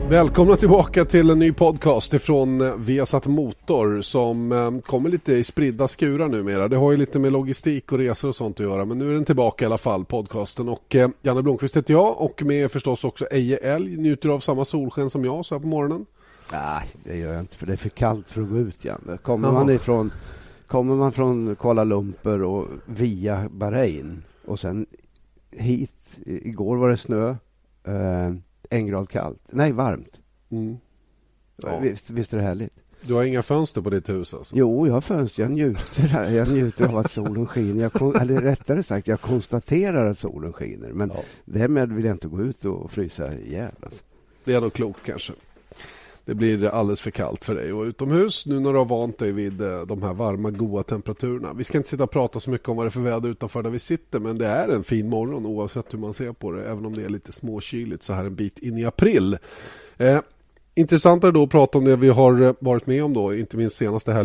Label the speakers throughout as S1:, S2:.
S1: Välkomna tillbaka till en ny podcast ifrån Viasat Motor som kommer lite i spridda skurar numera. Det har ju lite med logistik och resor och sånt att göra, men nu är den tillbaka i alla fall, podcasten. Och Janne Blomqvist heter jag och med förstås också Eje Älg. Njuter av samma solsken som jag så här på morgonen?
S2: Nej, det gör jag inte för det är för kallt för att gå ut, Janne. Kommer man från Kuala Lumpur och via Bahrain och sen hit, igår var det snö, 1 grad kallt. Nej, varmt. Ja. Visst är det härligt.
S1: Du har inga fönster på ditt hus alltså?
S2: Jo, jag har fönster. Jag njuter av att solen skiner. Eller rättare sagt, jag konstaterar att solen skiner. Men därmed vill jag inte gå ut och frysa ihjäl. Alltså.
S1: Det är nog klokt kanske. Det blir alldeles för kallt för dig och utomhus nu när du har vant dig vid de här varma, goda temperaturerna. Vi ska inte sitta och prata så mycket om vad det är för väder utanför där vi sitter, men det är en fin morgon oavsett hur man ser på det, även om det är lite småkyligt så här en bit in i april. Intressantare då att prata om det vi har varit med om då, inte minst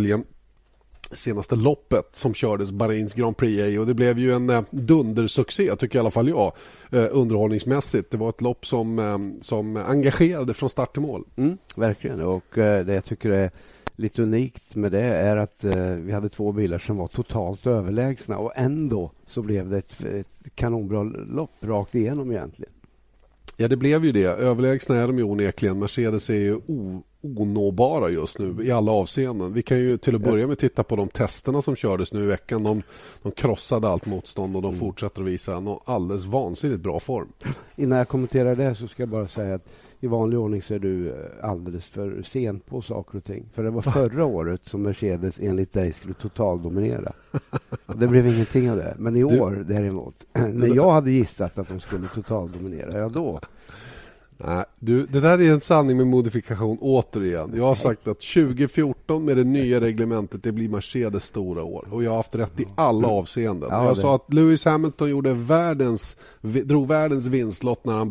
S1: senaste loppet som kördes, Bahrains Grand Prix, och det blev ju en dundersuccé tycker i alla fall jag, underhållningsmässigt. Det var ett lopp som engagerade från start till mål.
S2: Verkligen, och det jag tycker är lite unikt med det är att vi hade 2 bilar som var totalt överlägsna och ändå så blev det ett kanonbra lopp rakt igenom egentligen.
S1: Ja, det blev ju det. Överlägsna är de ju onekligen. Mercedes är ju onåbara just nu i alla avseenden. Vi kan ju till att börja med titta på de testerna som kördes nu i veckan. De krossade allt motstånd och de fortsätter att visa en alldeles vansinnigt bra form.
S2: Innan jag kommenterar det så ska jag bara säga att i vanlig ordning så är du alldeles för sent på saker och ting. För det var förra året som Mercedes enligt dig skulle totaldominera. Det blev ingenting av det. Men i år däremot, när jag hade gissat att de skulle totaldominera, då...
S1: Nej, det där är en sanning med modifikation återigen. Jag har sagt att 2014 med det nya reglementet, det blir Mercedes stora år. Och jag har haft rätt i alla avseenden. Ja, jag sa att Lewis Hamilton drog världens vinstlott när han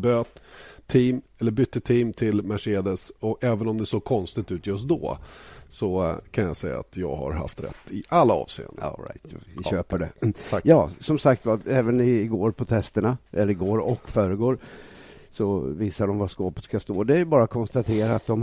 S1: bytte team till Mercedes, och även om det såg konstigt ut just då så kan jag säga att jag har haft rätt i alla avseenden.
S2: All right, vi köper det. Tack. Ja, som sagt var, även igår på testerna, eller igår och förrgår, så visar de vad skåpet ska stå. Det är bara att konstatera att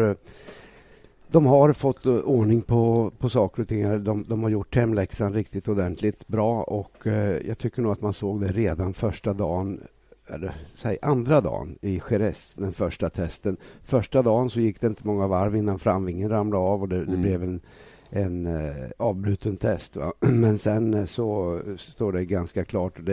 S2: de har fått ordning på saker och ting. De har gjort hemläxan riktigt ordentligt bra, och jag tycker nog att man såg det redan första dagen, eller andra dagen i Jerez, den första testen. Första dagen så gick det inte många varv innan framvingen ramlade av och det blev en avbruten test. Va? Men sen så står det ganska klart, och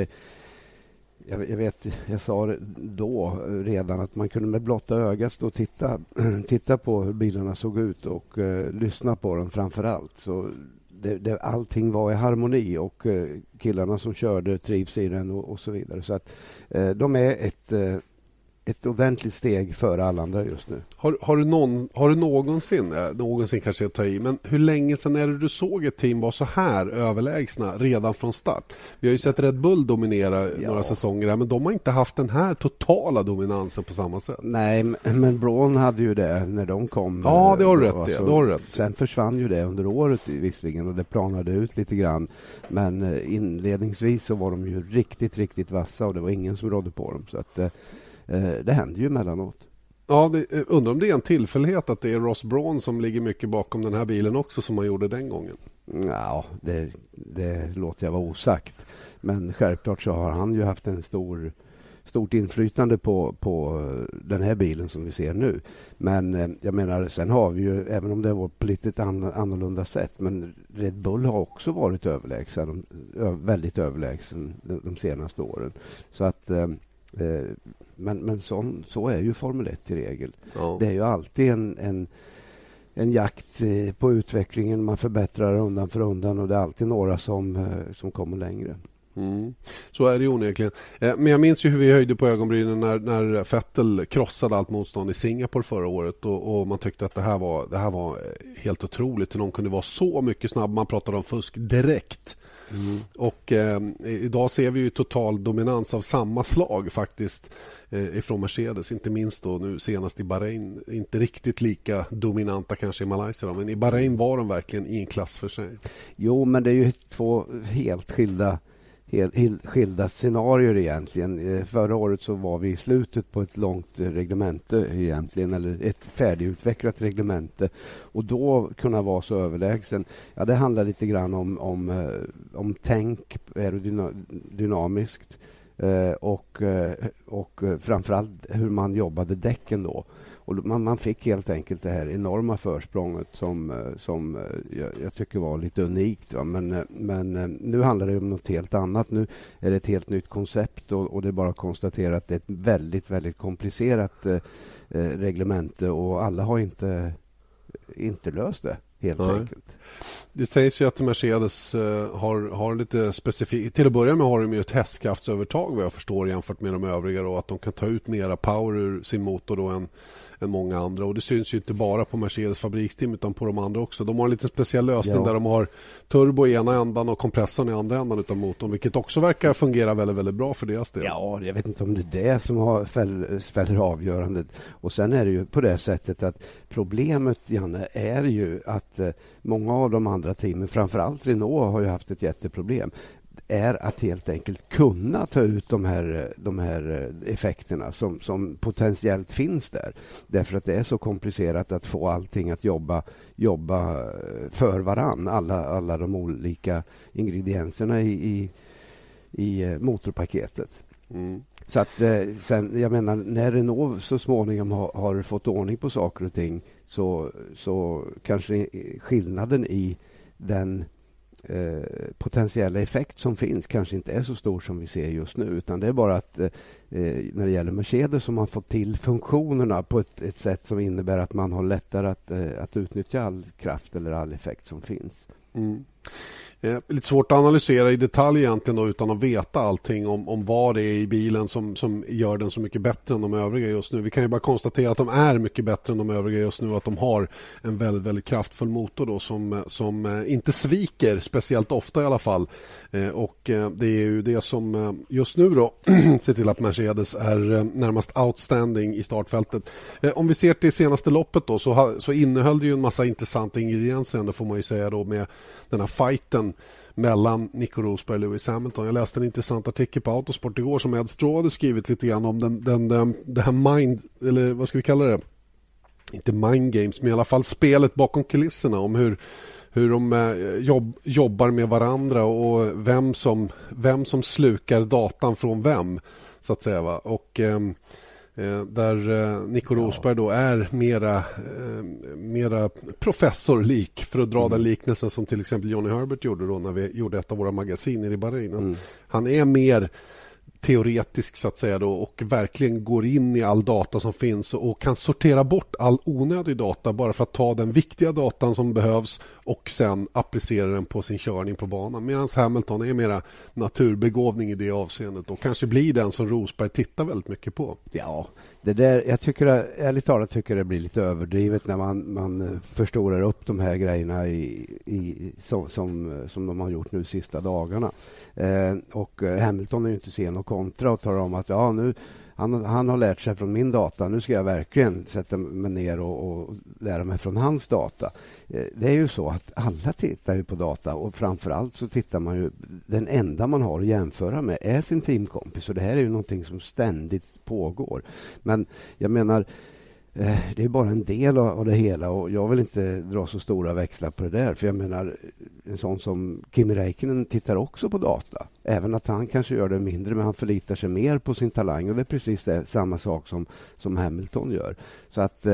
S2: jag sa det då redan att man kunde med blotta ögat stå och titta på hur bilarna såg ut och lyssna på dem framför allt. Så allting var i harmoni, och killarna som körde trivs i den och så vidare. Så att de är ett ordentligt steg före alla andra just nu.
S1: Har du någonsin kanske jag tar i, men hur länge sedan är det du såg ett team vara så här överlägsna redan från start? Vi har ju sett Red Bull dominera några säsonger här, men de har inte haft den här totala dominansen på samma sätt.
S2: Nej, men Braun hade ju det när de kom.
S1: Ja, det har du rätt i. Alltså,
S2: sen försvann ju det under året visserligen, och det planade ut lite grann, men inledningsvis så var de ju riktigt, riktigt vassa, och det var ingen som rådde på dem, så att det händer ju emellanåt.
S1: Ja, undrar om det är en tillfällighet att det är Ross Braun som ligger mycket bakom den här bilen också, som man gjorde den gången.
S2: Ja, det låter jag vara osagt. Men självklart så har han ju haft en stort inflytande på den här bilen som vi ser nu. Men jag menar, sen har vi ju, även om det var på lite annorlunda sätt, men Red Bull har också varit överlägsen, väldigt överlägsen de senaste åren. Så att men så är ju Formel 1 i regel. Ja. Det är ju alltid en jakt på utvecklingen. Man förbättrar undan för undan, och det är alltid några som kommer längre.
S1: Så är det onekligen. Men jag minns ju hur vi höjde på ögonbrynen när Vettel krossade allt motstånd i Singapore förra året, och man tyckte att det här var helt otroligt hur någon kunde vara så mycket snabb. Man pratade om fusk direkt. Och idag ser vi ju total dominans av samma slag faktiskt ifrån Mercedes, inte minst då nu senast i Bahrain. Inte riktigt lika dominanta kanske i Malaysia, men i Bahrain var de verkligen i en klass för sig.
S2: Jo, men det är ju 2 helt skilda helt skilda scenarier egentligen. Förra året så var vi i slutet på ett långt reglemente egentligen, eller ett färdigutvecklat reglemente, och då kunna vara så överlägsen. Ja, det handlar lite grann om tänk aerodynamiskt och framförallt hur man jobbade däcken då. Och man fick helt enkelt det här enorma försprånget som jag tycker var lite unikt. Va? Men nu handlar det om något helt annat. Nu är det ett helt nytt koncept och det är bara att konstatera att det är ett väldigt, väldigt komplicerat reglemente och alla har inte löst det. Helt enkelt.
S1: Det sägs ju att Mercedes har lite specifikt. Till att börja med har de ju ett hästkraftsövertag vad jag förstår jämfört med de övriga då, att de kan ta ut mera power ur sin motor då än många andra, och det syns ju inte bara på Mercedes fabriksteam utan på de andra också. De har en liten speciell lösning där de har turbo i ena ändan och kompressorn i andra ändan utav motorn, vilket också verkar fungera väldigt, väldigt bra för deras del.
S2: Ja, jag vet inte om det är det som har fäller avgörandet. Och sen är det ju på det sättet att problemet, Janne, är ju att många av de andra teamen, framförallt Renault, har ju haft ett jätteproblem, är att helt enkelt kunna ta ut de här effekterna som potentiellt finns där. Därför att det är så komplicerat att få allting att jobba för varann. Alla de olika ingredienserna i motorpaketet. Mm. Så att sen, jag menar, när Renault så småningom har fått ordning på saker och ting så kanske skillnaden i den potentiella effekt som finns kanske inte är så stor som vi ser just nu, utan det är bara att när det gäller Mercedes så har man fått till funktionerna på ett sätt som innebär att man har lättare att utnyttja all kraft eller all effekt som finns.
S1: Mm. Lite svårt att analysera i detalj egentligen då, utan att veta allting om vad det är i bilen som gör den så mycket bättre än de övriga just nu. Vi kan ju bara konstatera att de är mycket bättre än de övriga just nu, att de har en väldigt, väldigt kraftfull motor då som inte sviker speciellt ofta i alla fall. Och det är ju det som just nu då ser till att Mercedes är närmast outstanding i startfältet. Om vi ser till senaste loppet då, så innehöll det ju en massa intressanta ingredienser, det får man ju säga då, med den här fighten mellan Nico Rosberg och Lewis Hamilton. Jag läste en intressant artikel på Autosport igår som Ed Straw hade skrivit lite grann om det här mind, eller vad ska vi kalla det? Inte mind games, men i alla fall spelet bakom kulisserna, om hur de jobbar med varandra och vem som slukar datan från vem, så att säga, va? Och där Nico Rosberg då är mera professorlik, för att dra den liknelsen som till exempel Johnny Herbert gjorde då när vi gjorde ett av våra magasiner i Bahrain. Han är mer teoretisk, så att säga då, och verkligen går in i all data som finns och kan sortera bort all onödig data bara för att ta den viktiga datan som behövs och sen applicera den på sin körning på banan, medan Hamilton är mera naturbegåvning i det avseendet och kanske blir den som Rosberg tittar väldigt mycket på.
S2: Ja, det där, jag tycker, ärligt talat tycker det blir lite överdrivet när man förstorar upp de här grejerna som de har gjort nu sista dagarna. Och Hamilton är ju inte sen och kontra och talar om att nu han har lärt sig från min data, nu ska jag verkligen sätta mig ner och lära mig från hans data. Det är ju så att alla tittar ju på data, och framförallt så tittar man ju, den enda man har att jämföra med är sin teamkompis, och det här är ju någonting som ständigt pågår. Men jag menar, det är bara en del av det hela, och jag vill inte dra så stora växlar på det där, för jag menar, en sån som Kimi Räikkönen tittar också på data, även att han kanske gör det mindre, men han förlitar sig mer på sin talang, och det är precis samma sak som Hamilton gör. Så att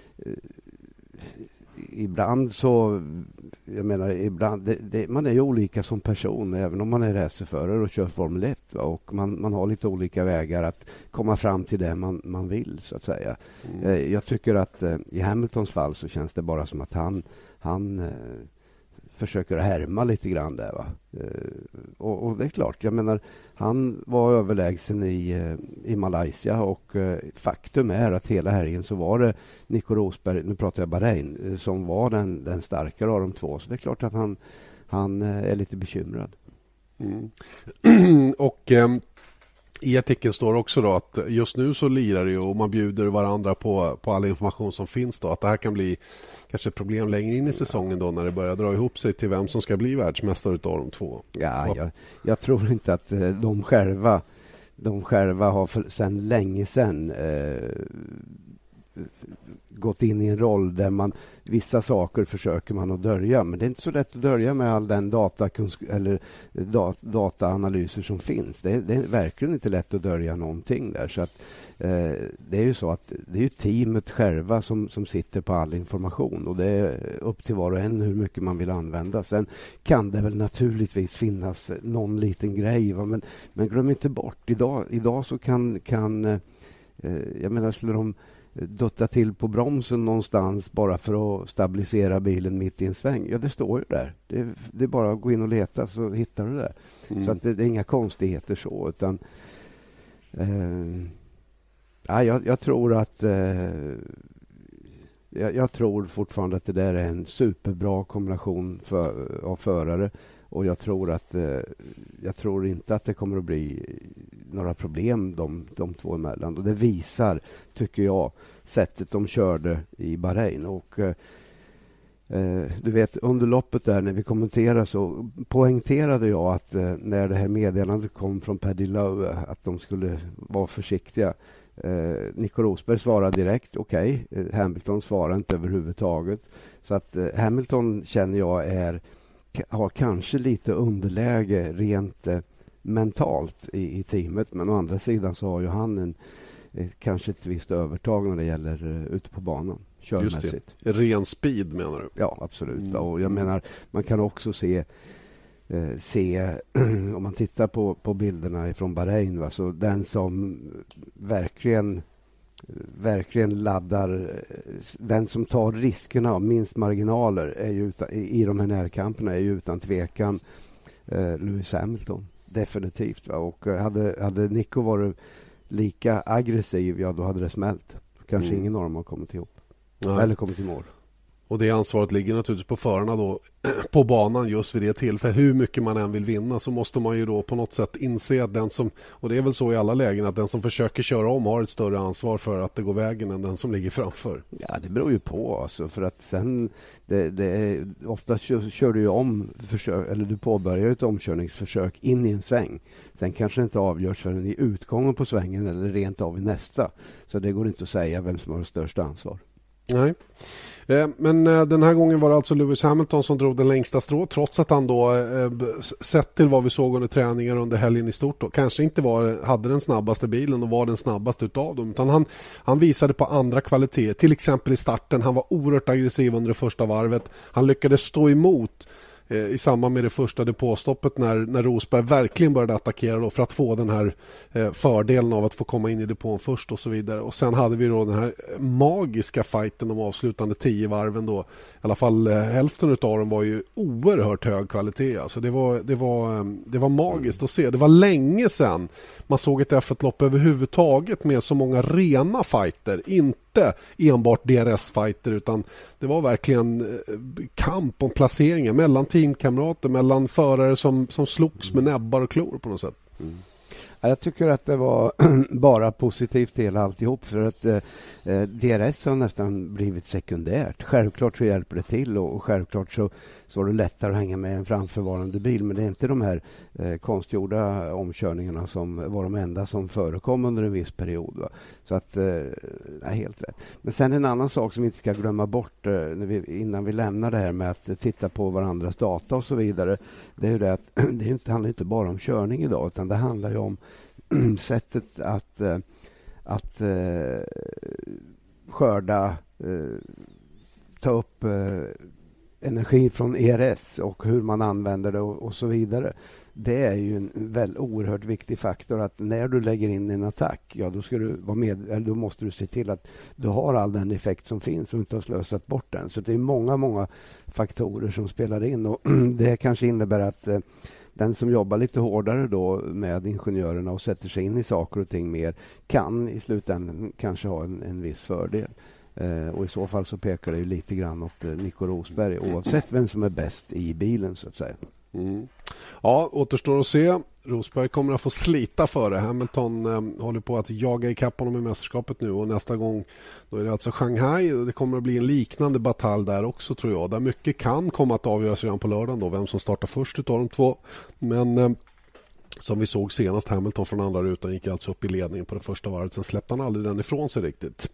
S2: ibland så, jag menar, ibland man är ju olika som person, även om man är racerförare och kör Formel 1, och man har lite olika vägar att komma fram till det man vill, så att säga. Jag tycker att i Hamiltons fall så känns det bara som att han försöker härma lite grann där, va? Och det är klart, jag menar, han var överlägsen i Malaysia, och faktum är att hela helgen så var det Nico Rosberg, nu pratar jag Bahrain, som var den starkare av de två, så det är klart att han är lite bekymrad.
S1: Och I artikeln står också då att just nu så lirar det ju och man bjuder varandra på all information som finns då. Att det här kan bli kanske ett problem längre in i säsongen då när det börjar dra ihop sig till vem som ska bli världsmästare utav de två.
S2: Ja, jag tror inte att de själva har sedan länge sedan gått in i en roll där man vissa saker försöker man att dörja, men det är inte så lätt att dörja med all den dataanalyser som finns. Det är verkligen inte lätt att dörja någonting där, så att det är ju så att det är ju teamet själva som sitter på all information och det är upp till var och en hur mycket man vill använda. Sen kan det väl naturligtvis finnas någon liten grej, men glöm inte bort idag så kan jag menar, skulle de dutta till på bromsen någonstans bara för att stabilisera bilen mitt i en sväng. Ja, det står ju där. Det är bara att gå in och leta så hittar du det. Så att det är inga konstigheter så, utan jag tror att jag tror fortfarande att det där är en superbra kombination av förare. Och jag tror inte att det kommer att bli några problem de två emellan. Och det visar, tycker jag, sättet de körde i Bahrain. Och du vet, under loppet där när vi kommenterade så poängterade jag att när det här meddelandet kom från Paddy Lowe att de skulle vara försiktiga. Nico Rosberg svarade direkt okej. Hamilton svarade inte överhuvudtaget. Så att Hamilton känner jag har kanske lite underläge rent mentalt i teamet, men å andra sidan så har ju han kanske ett visst övertag när det gäller ute på banan körmässigt.
S1: Just det. Ren speed menar du?
S2: Ja, absolut. Och jag menar, man kan också se om man tittar på bilderna från Bahrain, så den som verkligen laddar, den som tar riskerna av minst marginaler är ju i de här närkamperna är ju utan tvekan Lewis Hamilton, definitivt. Och hade Nico varit lika aggressiv, ja då hade det smält. Kanske ingen av dem har kommit ihop. Nej. Eller kommit i mål.
S1: Och det ansvaret ligger naturligtvis på förarna då, på banan just vid det tillfället. Hur mycket man än vill vinna så måste man ju då på något sätt inse att den som, och det är väl så i alla lägen, att den som försöker köra om har ett större ansvar för att det går vägen än den som ligger framför.
S2: Ja, det beror ju på alltså, för att sen ofta kör du ju om eller du påbörjar ett omkörningsförsök in i en sväng. Sen kanske det inte avgörs förrän i utgången på svängen eller rent av i nästa. Så det går inte att säga vem som har det största ansvar.
S1: Nej. Men den här gången var det alltså Lewis Hamilton som drog den längsta strå, trots att han då sett till vad vi såg under träningar under helgen i stort då, kanske inte hade den snabbaste bilen och var den snabbaste utav dem, utan han visade på andra kvaliteter, till exempel i starten. Han var oerhört aggressiv under det första varvet. Han lyckades stå emot i samband med det första depåstoppet när Rosberg verkligen började attackera då, för att få den här fördelen av att få komma in i depån först och så vidare. Och sen hade vi då den här magiska fighten de avslutande 10 varven då. I alla fall hälften av dem var ju oerhört hög kvalitet. Alltså det var magiskt att se. Det var länge sedan man såg ett F1-lopp överhuvudtaget med så många rena fighter. Inte enbart DRS-fighter, utan det var verkligen kamp om placeringar mellan teamkamrater, mellan förare som slogs med näbbar och klor på något sätt.
S2: Jag tycker att det var bara positivt till alltihop, för att DRS har nästan blivit sekundärt. Självklart så hjälper det till och självklart så är det lättare att hänga med en framförvarande bil, men det är inte de här konstgjorda omkörningarna som var de enda som förekom under en viss period. Va? Så att, helt rätt. Men sen en annan sak som vi inte ska glömma bort innan vi lämnar det här med att titta på varandras data och så vidare, det är ju det att det handlar inte bara om körning idag, utan det handlar ju om sättet att skörda, ta upp energi från ERS och hur man använder det och så vidare. Det är ju en oerhört viktig faktor, att när du lägger in en attack, ja då ska du då måste du se till att du har all den effekt som finns och inte har slösat bort den. Så det är många faktorer som spelar in, och det kanske innebär att den som jobbar lite hårdare då med ingenjörerna och sätter sig in i saker och ting mer kan i slutändan kanske ha en viss fördel. Och i så fall så pekar det ju lite grann åt Nico Rosberg, oavsett vem som är bäst i bilen så att säga.
S1: Ja, återstår att se. Rosberg kommer att få slita för det. Hamilton håller på att jaga ikapp honom i mästerskapet nu och nästa gång då är det alltså Shanghai. Det kommer att bli en liknande batalj där också tror jag. Där mycket kan komma att avgöras redan på lördagen då, vem som startar först utav de två. Men som vi såg senast, Hamilton från andra rutan gick alltså upp i ledningen på det första varvet. Sen släppte han aldrig den ifrån sig riktigt.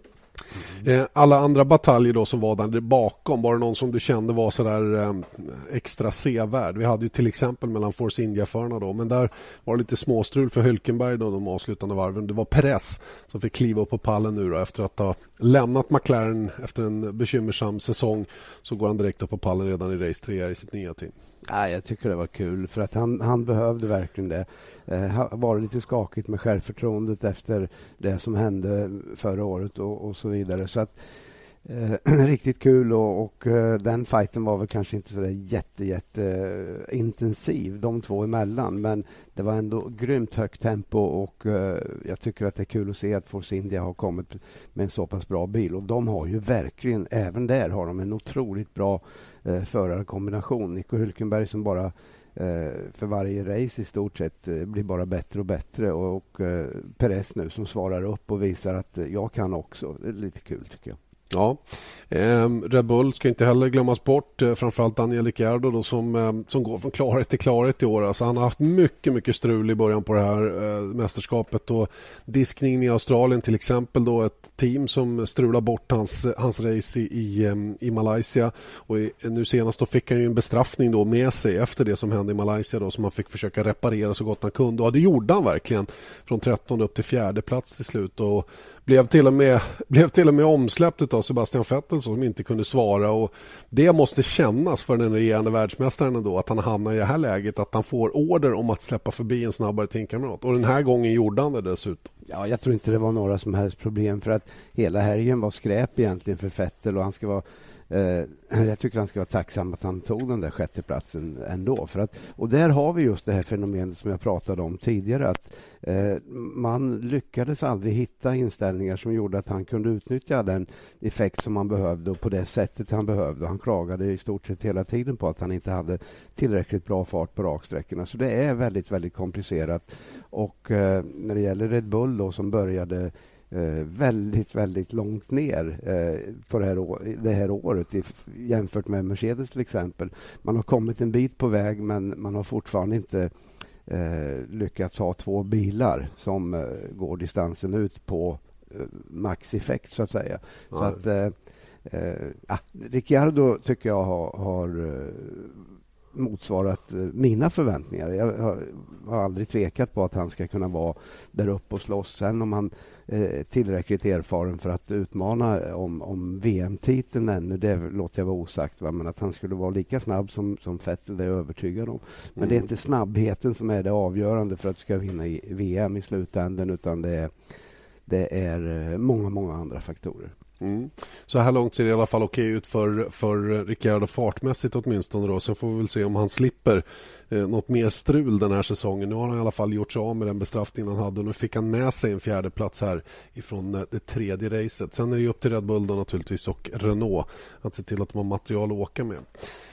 S1: Alla andra bataljer då som var där bakom, var det någon som du kände var så där extra sevärd? Vi hade ju till exempel mellan Force India-förarna då, men där var det lite småstrul för Hülkenberg då, de avslutande varven. Det var Perez som fick kliva upp på pallen nu då, efter att ha lämnat McLaren efter en bekymmersam säsong, så går han direkt upp på pallen redan i race 3 i sitt nya team.
S2: Ja, jag tycker det var kul för att han behövde verkligen det. Var lite skakigt med självförtroendet efter det som hände förra året och så vidare. Så att riktigt kul och den fighten var väl kanske inte så där jätte intensiv de två emellan, men det var ändå grymt högt tempo och jag tycker att det är kul att se att Force India har kommit med en så pass bra bil och de har ju verkligen, även där har de en otroligt bra förarkombination. Nico Hülkenberg som bara för varje race i stort sett blir bara bättre och bättre och Perez nu som svarar upp och visar att jag kan också. Det är lite kul tycker jag.
S1: Ja, Red Bull ska inte heller glömmas bort, framförallt Daniel Ricciardo då, som går från klarhet till klarhet i år. Alltså, han har haft mycket strul i början på det här mästerskapet och diskningen i Australien till exempel då, ett team som strular bort hans race i Malaysia och nu senast då fick han ju en bestraffning då med sig efter det som hände i Malaysia då, som han fick försöka reparera så gott han kunde och det gjorde han verkligen, från 13 upp till 4:e plats till slut och blev till och med omsläppt av Sebastian Vettel som inte kunde svara och det måste kännas för den regerande världsmästaren ändå, att han hamnar i det här läget, att han får order om att släppa förbi en snabbare teamkamrat och den här gången gjorde han det dessutom.
S2: Ja, jag tror inte det var några som helst problem för att hela helgen var skräp egentligen för Vettel och han ska vara jag tycker han ska vara tacksam att han tog den där 6:e platsen ändå. För att, och där har vi just det här fenomenet som jag pratade om tidigare, att man lyckades aldrig hitta inställningar som gjorde att han kunde utnyttja den effekt som han behövde och på det sättet han behövde. Han klagade i stort sett hela tiden på att han inte hade tillräckligt bra fart på raksträckorna. Så det är väldigt komplicerat. Och när det gäller Red Bull då, som började väldigt långt ner på det här året jämfört med Mercedes till exempel. Man har kommit en bit på väg men man har fortfarande inte lyckats ha 2 bilar som går distansen ut på maxeffekt så att säga. Så att Ricciardo tycker jag har motsvarat mina förväntningar. Jag har aldrig tvekat på att han ska kunna vara där uppe och slåss. Sen om han är tillräckligt erfaren för att utmana om VM-titeln ännu, det låter jag vara osagt. Va? Men att han skulle vara lika snabb som Vettel, det är jag övertygad om. Men det är inte snabbheten som är det avgörande för att du ska vinna i VM i slutändan, utan det är många andra faktorer.
S1: Så här långt ser det i alla fall okej ut för Ricciardo fartmässigt åtminstone då. Sen får vi väl se om han slipper något mer strul den här säsongen. Nu har han i alla fall gjort sig av med den bestraffningen han hade och nu fick han med sig en 4:e plats här ifrån det 3:e racet. Sen är det upp till Red Bull då naturligtvis och Renault att se till att de har material att åka med.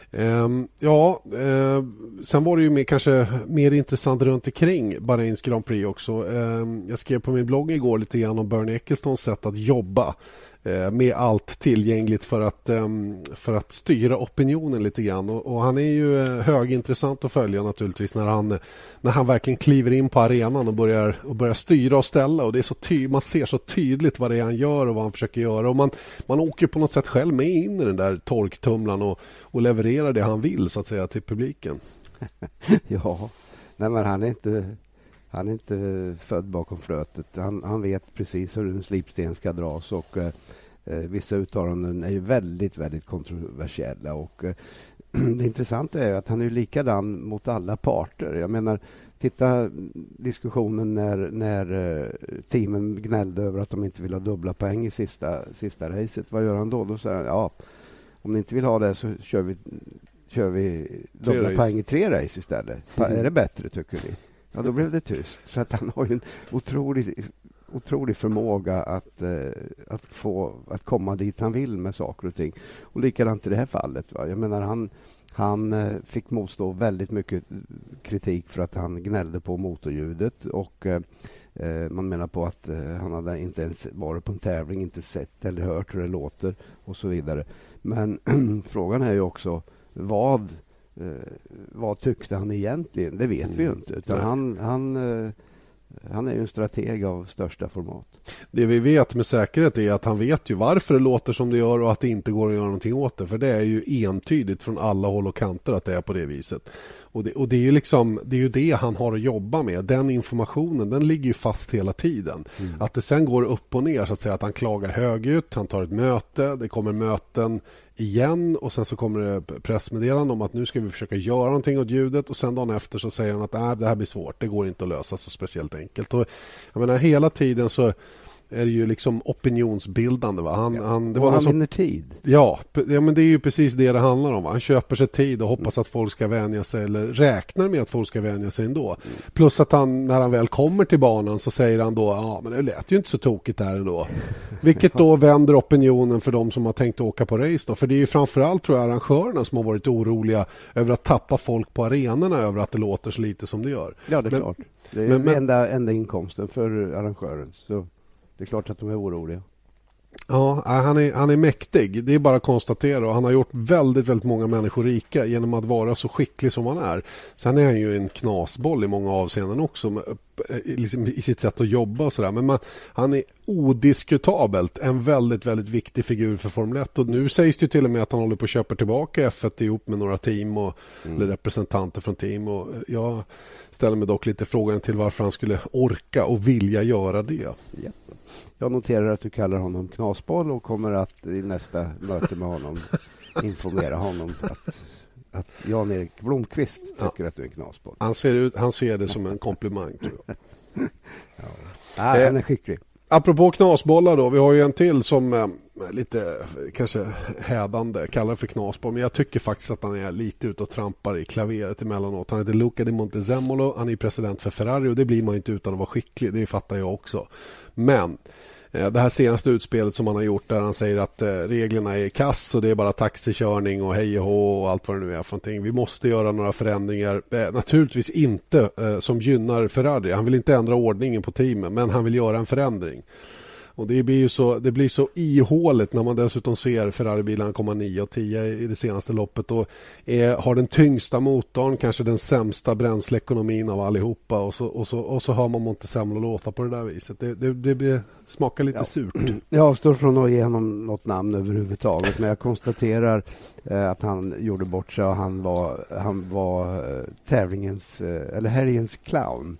S1: Sen var det ju kanske mer intressant runt omkring Bahrains Grand Prix också. Jag skrev på min blogg igår lite grann om Bernie Ecclestons sätt att jobba med allt tillgängligt för att styra opinionen lite grann. Och han är ju högintressant att följa naturligtvis när han verkligen kliver in på arenan och börjar styra och ställa. Och det är så man ser så tydligt vad det är han gör och vad han försöker göra. Och man åker på något sätt själv med in i den där torktumlan och levererar det han vill så att säga till publiken.
S2: Ja, nej, men han är inte född bakom flötet. Han vet precis hur en slipsten ska dras och vissa uttalanden är ju väldigt kontroversiella. Och det intressanta är att han är likadan mot alla parter. Jag menar, titta diskussionen när teamen gnällde över att de inte vill ha dubbla poäng i sista racet. Vad gör han då? Då säger han, ja, om ni inte vill ha det så kör vi dubbla poäng i 3 race istället. Är det bättre tycker ni? Ja, då blev det tyst. Så att han har ju en otrolig förmåga att komma dit han vill med saker och ting. Och likadant i det här fallet. Va? Jag menar, Han fick motstå väldigt mycket kritik för att han gnällde på motorljudet och man menar på att han hade inte ens varit på en tävling, inte sett eller hört hur det låter och så vidare. Men frågan är ju också vad tyckte han egentligen? Det vet vi ju inte. Utan han är ju en strateg av största format.
S1: Det vi vet med säkerhet är att han vet ju varför det låter som det gör och att det inte går att göra någonting åt det. För det är ju entydigt från alla håll och kanter att det är på det viset. Och det är ju liksom, det är ju det han har att jobba med. Den informationen, den ligger ju fast hela tiden. Att det sen går upp och ner, så att säga, att han klagar högljutt, han tar ett möte, det kommer möten igen och sen så kommer det pressmeddelande om att nu ska vi försöka göra någonting åt ljudet och sen dagen efter så säger han att det här blir svårt, det går inte att lösa så speciellt enkelt. Och jag menar, hela tiden så är det ju liksom opinionsbildande. Va? Han
S2: vinner tid.
S1: Ja, men det är ju precis det handlar om. Va? Han köper sig tid och hoppas att folk ska vänja sig, eller räknar med att folk ska vänja sig ändå. Plus att han, när han väl kommer till banan så säger han då, men det lät ju inte så tokigt där ändå. Vilket då vänder opinionen för de som har tänkt åka på race då. För det är ju framförallt, tror jag, arrangörerna som har varit oroliga över att tappa folk på arenorna över att det låter så lite som det gör.
S2: Ja, det är klart. Det är enda inkomsten för arrangören, så det är klart att de är oroliga.
S1: Ja, han är mäktig. Det är bara att konstatera. Och han har gjort väldigt, väldigt många människor rika genom att vara så skicklig som han är. Sen är han ju en knasboll i många avseenden också, liksom i sitt sätt att jobba och sådär. Men han är odiskutabelt en väldigt, väldigt viktig figur för Formel 1. Och nu sägs det ju till och med att han håller på att köpa tillbaka F1 ihop med några team eller representanter från team. Och jag ställer mig dock lite frågan till varför han skulle orka och vilja göra det.
S2: Ja. Jag noterar att du kallar honom knasboll och kommer att i nästa möte med honom informera honom att Jan-Erik Blomqvist tycker att du är en knasboll.
S1: Han ser det som en komplimang, tror jag.
S2: Han är skicklig.
S1: Apropå knasbollar då, vi har ju en till som lite kanske hädande kallar för knasboll, men jag tycker faktiskt att han är lite ute och trampar i klaveret emellanåt. Han heter Luca di Montezemolo, han är president för Ferrari och det blir man inte utan att vara skicklig, det fattar jag också. Men det här senaste utspelet som han har gjort där han säger att reglerna är kass och det är bara taxikörning och hej och hå och allt vad det nu är för någonting. Vi måste göra några förändringar, naturligtvis inte som gynnar Ferrari. Han vill inte ändra ordningen på teamen, men han vill göra en förändring. Och det blir så ihåligt när man dessutom ser Ferrari-bilarna komma 9 och 10 i det senaste loppet och har den tyngsta motorn, kanske den sämsta bränsleekonomin av allihopa och så har man Montezemolo låta på det där viset. Det smakar lite surt.
S2: Jag avstår från att ge honom något namn överhuvudtaget, men jag konstaterar att han gjorde bort sig och han var tävlingens eller helgens clown.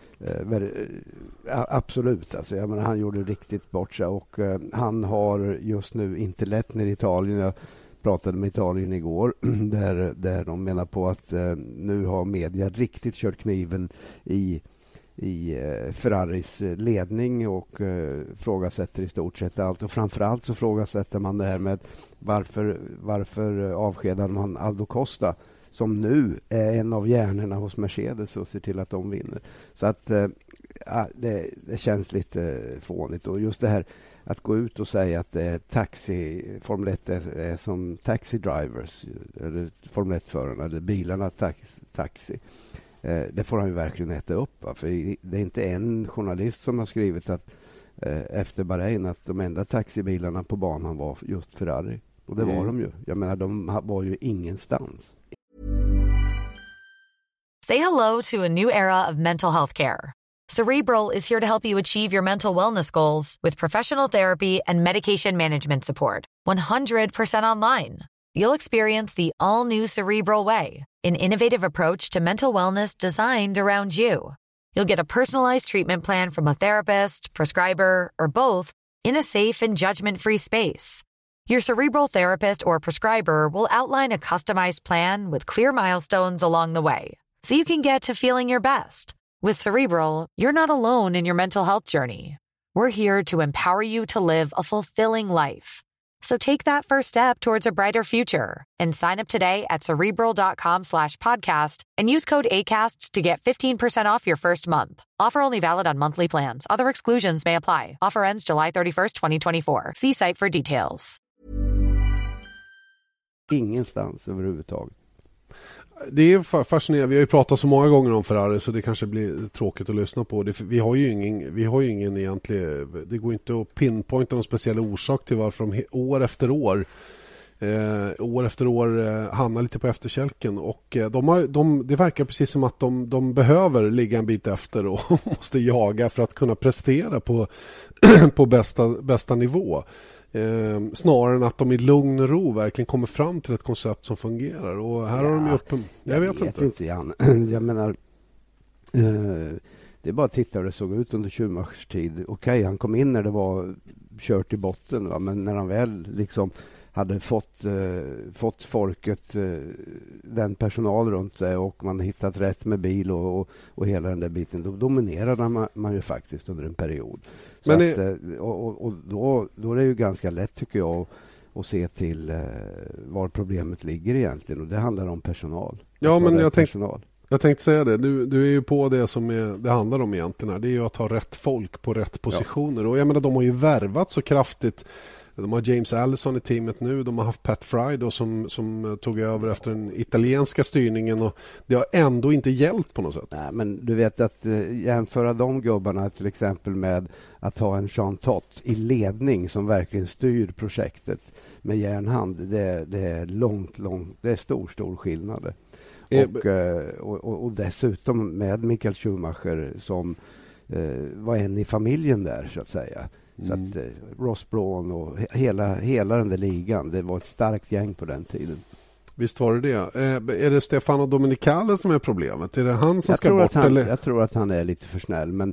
S2: Absolut, alltså, jag menar, han gjorde riktigt bort sig och han har just nu inte lätt ner i Italien. Jag pratade med Italien igår där de menar på att nu har media riktigt kört kniven i Ferraris ledning och frågasätter i stort sett allt, och framförallt så frågasätter man det här med varför avskedade man Aldo Costa som nu är en av hjärnorna hos Mercedes och ser till att de vinner. Så att det känns lite fånigt. Och just det här att gå ut och säga att Formel 1 är som taxi drivers eller Formel 1-förarna eller bilarna taxi. Det får han ju verkligen äta upp. För det är inte en journalist som har skrivit att efter Bahrain att de enda taxibilarna på banan var just Ferrari. Och det var de ju. Jag menar, de var ju ingenstans.
S3: Say hello to a new era of mental health care. Cerebral is here to help you achieve your mental wellness goals with professional therapy and medication management support. 100% online. You'll experience the all-new Cerebral Way, an innovative approach to mental wellness designed around you. You'll get a personalized treatment plan from a therapist, prescriber, or both in a safe and judgment-free space. Your Cerebral therapist or prescriber will outline a customized plan with clear milestones along the way, so you can get to feeling your best. With Cerebral, you're not alone in your mental health journey. We're here to empower you to live a fulfilling life. So take that first step towards a brighter future and sign up today at Cerebral.com/podcast and use code ACAST to get 15% off your first month. Offer only valid on monthly plans. Other exclusions may apply. Offer ends July 31st, 2024. See site for details.
S2: Ingenstans överhuvudtaget.
S1: Det är fascinerande. Vi har ju pratat så många gånger om Ferrari så det kanske blir tråkigt att lyssna på. Vi har ju ingen egentlig... Det går inte att pinpointa någon speciell orsak till varför de år efter år hamnar lite på efterkälken. Och det verkar precis som att de behöver ligga en bit efter och måste jaga för att kunna prestera på bästa nivå. Snarare än att de i lugn och ro verkligen kommer fram till ett koncept som fungerar. Och här har de ju upp...
S2: Jag vet inte, Jan. Jag menar, det är bara att titta hur det såg ut under Schumachers tid. Okej, han kom in när det var kört i botten, va? Men när han väl liksom hade fått folket, den personal runt sig, och man hittat rätt med bil och hela den där biten, då dominerade man ju faktiskt under en period. Så då är det ju ganska lätt, tycker jag, att se till var problemet ligger egentligen, och det handlar om personal.
S1: Ja, men jag tänkte säga det. Du är ju på det som det handlar om egentligen här. Det är ju att ha rätt folk på rätt positioner. Ja. Och jag menar, de har ju värvat så kraftigt. De har James Allison i teamet nu. De har haft Pat Fry då, som tog över efter den italienska styrningen, och det har ändå inte hjälpt på något sätt.
S2: Nej, men du vet att jämföra de gubbarna till exempel med att ha en Jean Todt i ledning som verkligen styr projektet med järnhand, det är långt, det är stor skillnad. Och dessutom med Michael Schumacher som var en i familjen där, så att säga. Så att Ross Brawn och hela den där ligan, det var ett starkt gäng på den tiden.
S1: Visst var det. Är det Stefano Domenicali som är problemet? Är det han som ska bort?
S2: Jag tror att han är lite för snäll, men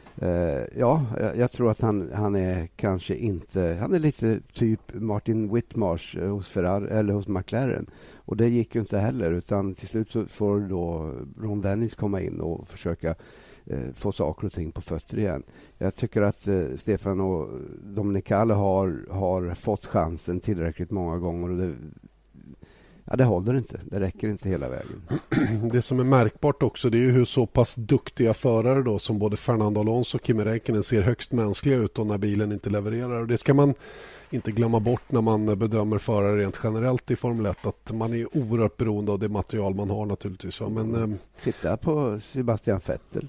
S2: jag tror att han är kanske inte... Han är lite typ Martin Whitmarsh hos Ferrari eller hos McLaren. Och det gick ju inte heller, utan till slut så får då Ron Dennis komma in och försöka få saker och ting på fötter igen. Jag tycker att Stefano Domenicali har fått chansen tillräckligt många gånger, och det håller inte. Det räcker inte hela vägen.
S1: Det som är märkbart också, det är ju hur så pass duktiga förare då som både Fernando Alonso och Kimi Räikkönen ser högst mänskliga ut när bilen inte levererar. Och det ska man inte glömma bort när man bedömer förare rent generellt i Formel 1, att man är oerhört beroende av det material man har naturligtvis. Men,
S2: titta på Sebastian Vettel.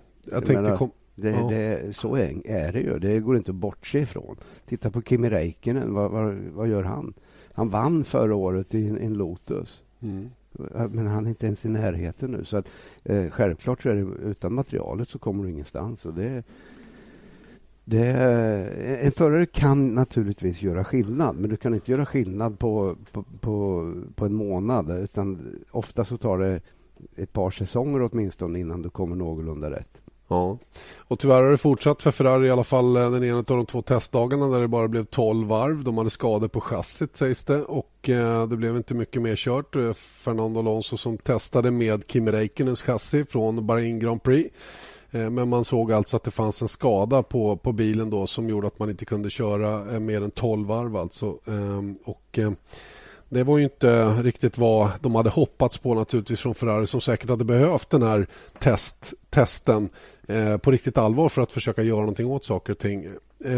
S2: Så är det ju. Det går inte att bortse ifrån. Titta på Kimi Räikkönen. Vad gör han? Han vann förra året i en Lotus. Men han är inte ens i närheten nu. Så att, självklart så är det, utan materialet så kommer du ingenstans. Och en förare kan naturligtvis göra skillnad, men du kan inte göra skillnad på en månad, utan ofta så tar det ett par säsonger åtminstone innan du kommer någorlunda rätt.
S1: Ja, och tyvärr har det fortsatt för Ferrari, i alla fall den ena av de 2 testdagarna där det bara blev 12 varv. De hade skador på chassit, sägs det, och det blev inte mycket mer kört. Fernando Alonso som testade med Kimi Räikkönens chassi från Bahrain Grand Prix. Men man såg alltså att det fanns en skada på bilen då som gjorde att man inte kunde köra mer än 12 varv alltså. Det var ju inte riktigt vad de hade hoppats på naturligtvis från Ferrari, som säkert hade behövt den här testen på riktigt allvar för att försöka göra någonting åt saker och ting.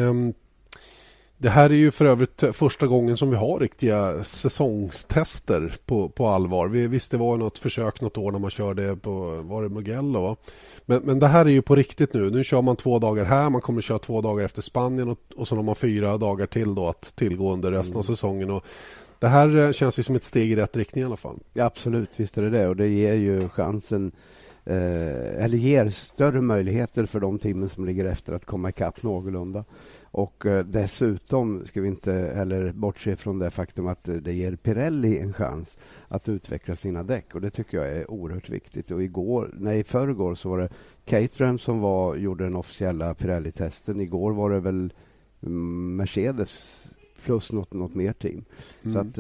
S1: Det här är ju för övrigt första gången som vi har riktiga säsongstester på allvar. Visst, det var något försök något år när man körde på, var det Mugello? Men det här är ju på riktigt nu. Nu kör man 2 dagar här, man kommer köra 2 dagar efter Spanien och så har man 4 dagar till då att tillgå under resten av säsongen. Och det här känns ju som ett steg i rätt riktning i alla fall.
S2: Ja, absolut, visst är det. Och det ger ju chansen, eller ger större möjligheter för de teamen som ligger efter att komma ikapp någorlunda. Och dessutom ska vi inte heller bortse från det faktum att det ger Pirelli en chans att utveckla sina däck. Och det tycker jag är oerhört viktigt. Och i förrgår så var det Caterham som gjorde den officiella Pirelli-testen. Igår var det väl Mercedes plus något mer team. Så att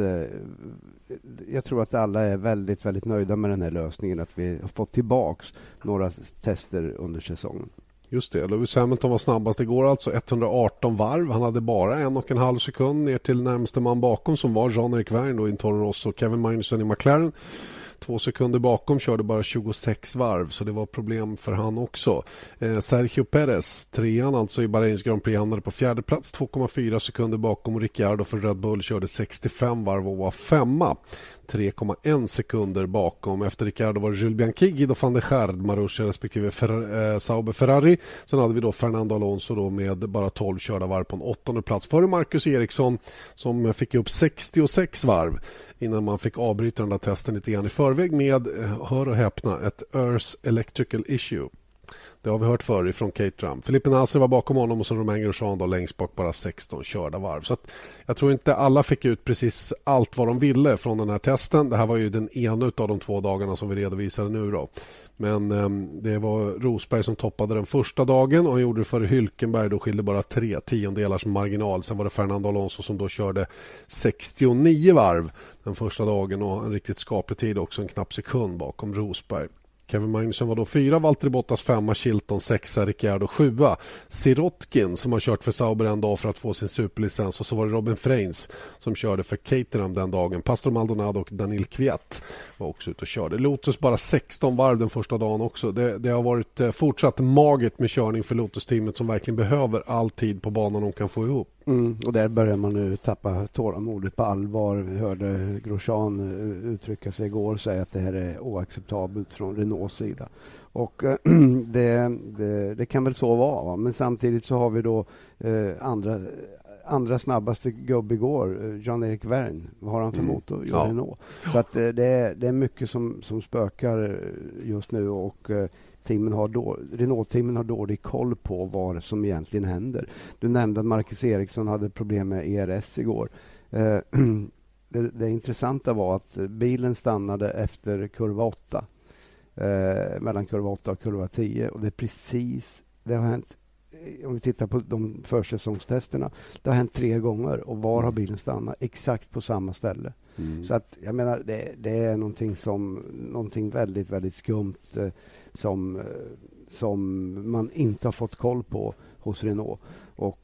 S2: jag tror att alla är väldigt, väldigt nöjda med den här lösningen, att vi har fått tillbaks några tester under säsongen.
S1: Just det, Lewis Hamilton var snabbast igår, alltså 118 varv. Han hade bara 1,5 sekund ner till närmaste man bakom, som var Jean-Eric Vergne i Toro Rosso och Kevin Magnussen i McLaren. 2 sekunder bakom, körde bara 26 varv, så det var problem för han också. Sergio Perez, 3an alltså i Bahrains Grand Prix, hamnade på 4:e plats, 2,4 sekunder bakom, och Ricciardo för Red Bull körde 65 varv och var 5:a. 3,1 sekunder bakom. Efter Ricciardo var det Jules Bianchi, Guido van der Garde, Marussia respektive Sauber Ferrari. Sen hade vi då Fernando Alonso då med bara 12 körda varv på en 8:e plats. Före Marcus Ericsson som fick upp 66 varv innan man fick avbryta den där testen lite grann i förväg med, hör och häpna, ett Earth Electrical Issue. Det har vi hört förr från Caterham. Felipe Nasr var bakom honom och så Romain Grosjean då längst bak, bara 16 körda varv. Så att jag tror inte alla fick ut precis allt vad de ville från den här testen. Det här var ju den ena av de 2 dagarna som vi redovisade nu då. Men det var Rosberg som toppade den första dagen och han gjorde det för Hülkenberg. Då skilde bara 0,3 marginal. Sen var det Fernando Alonso som då körde 69 varv den första dagen och en riktigt skaplig tid också, en knapp sekund bakom Rosberg. Kevin Magnussen var då 4, Valtteri Bottas 5, Chilton 6, Ricciardo 7, Sirotkin som har kört för Sauber en dag för att få sin superlicens, och så var det Robin Freins som körde för Caterham den dagen. Pastor Maldonado och Daniil Kvyat var också ute och körde. Lotus bara 16 varv den första dagen också. Det har varit fortsatt magert med körning för Lotus-teamet som verkligen behöver all tid på banan de kan få ihop.
S2: Och där börjar man nu tappa tålamodet på allvar. Vi hörde Grosjean uttrycka sig igår och säga att det här är oacceptabelt från Renaults sida. Och det kan väl så vara, va? Men samtidigt så har vi då andra snabbaste gubb igår, Jean-Éric Vergne. Vad har han för motor? Ja. Renault. Så att det är mycket som spökar just nu, och Renault-teamen har dålig koll på vad som egentligen händer. Du nämnde att Marcus Ericsson hade problem med ERS igår. Det intressanta var att bilen stannade efter kurva 8. Mellan kurva 8 och kurva 10. Och det har hänt, om vi tittar på de försäsongstesterna, det har hänt 3 gånger. Och var har bilen stannat? Exakt på samma ställe. Så att jag menar, det är någonting väldigt, väldigt skumt som man inte har fått koll på hos Renault. Och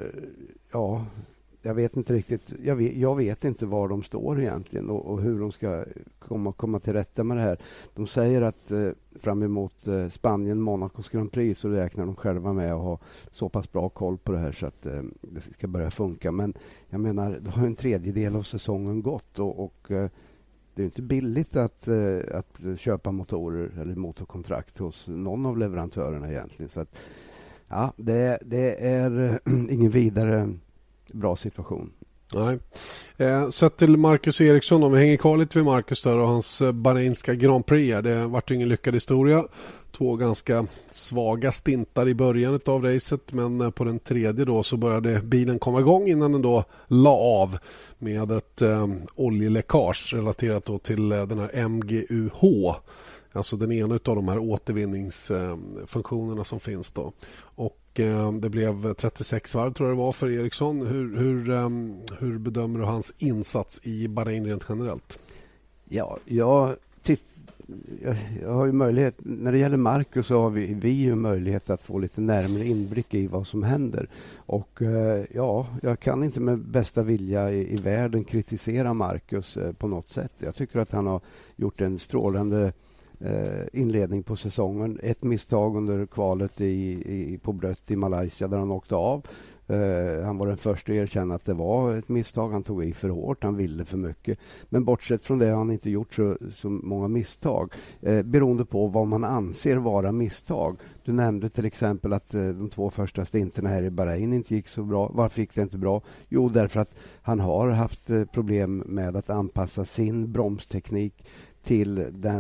S2: jag vet inte riktigt. Jag vet inte var de står egentligen och hur de ska komma till rätta med det här. De säger att fram emot Spanien, Monacos Grand Prix, så räknar de själva med att ha så pass bra koll på det här så att det ska börja funka. Men jag menar, det har en tredjedel av säsongen gått och det är inte billigt att köpa motorer eller motorkontrakt hos någon av leverantörerna egentligen. Så att, ja, det är ingen vidare bra situation.
S1: Nej. Sett till Marcus Ericsson, om vi hänger kvar lite vid Marcus där och hans Bahreinska Grand Prix. Det vart ingen lyckad historia. 2 ganska svaga stintar i början av racet, men på den tredje då så började bilen komma igång innan den då la av med ett oljeläckage relaterat då till den här MGUH. Alltså den ena av de här återvinningsfunktionerna som finns då. Och det blev 36 varv tror jag det var för Ericsson. Hur bedömer du hans insats i Bahrain rent generellt?
S2: Ja, jag har ju möjlighet, när det gäller Marcus så har vi ju möjlighet att få lite närmare inblick i vad som händer. Och jag kan inte med bästa vilja i världen kritisera Marcus på något sätt. Jag tycker att han har gjort en strålande inledning på säsongen. Ett misstag under kvalet på Brött i Malaysia där han åkte av. Han var den första att erkänna att det var ett misstag. Han tog i för hårt, han ville för mycket. Men bortsett från det har han inte gjort så många misstag. Beroende på vad man anser vara misstag. Du nämnde till exempel att de 2 första stinterna här i Bahrain inte gick så bra. Varför gick det inte bra? Jo, därför att han har haft problem med att anpassa sin bromsteknik till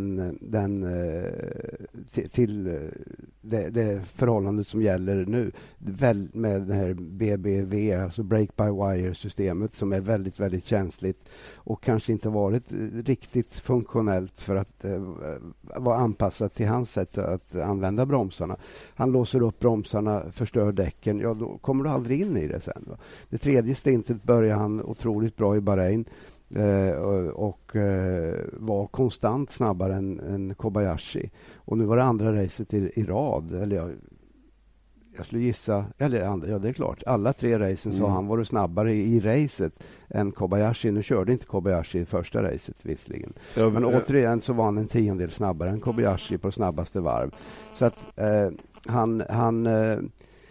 S2: det förhållandet som gäller nu med det här BBV, alltså Brake by Wire-systemet, som är väldigt, väldigt känsligt och kanske inte varit riktigt funktionellt för att vara anpassat till hans sätt att använda bromsarna. Han låser upp bromsarna, förstör däcken, ja då kommer du aldrig in i det sen. Va? Det tredje stintet börjar han otroligt bra i Bahrain. Och var konstant snabbare än Kobayashi. Och nu var det andra racet i rad. Eller jag skulle gissa, ja det är klart. Alla 3 racen så har han varit snabbare i racet än Kobayashi. Nu körde inte Kobayashi i första racet visserligen. Men återigen så var han en 10-del snabbare än Kobayashi på snabbaste varv. Så att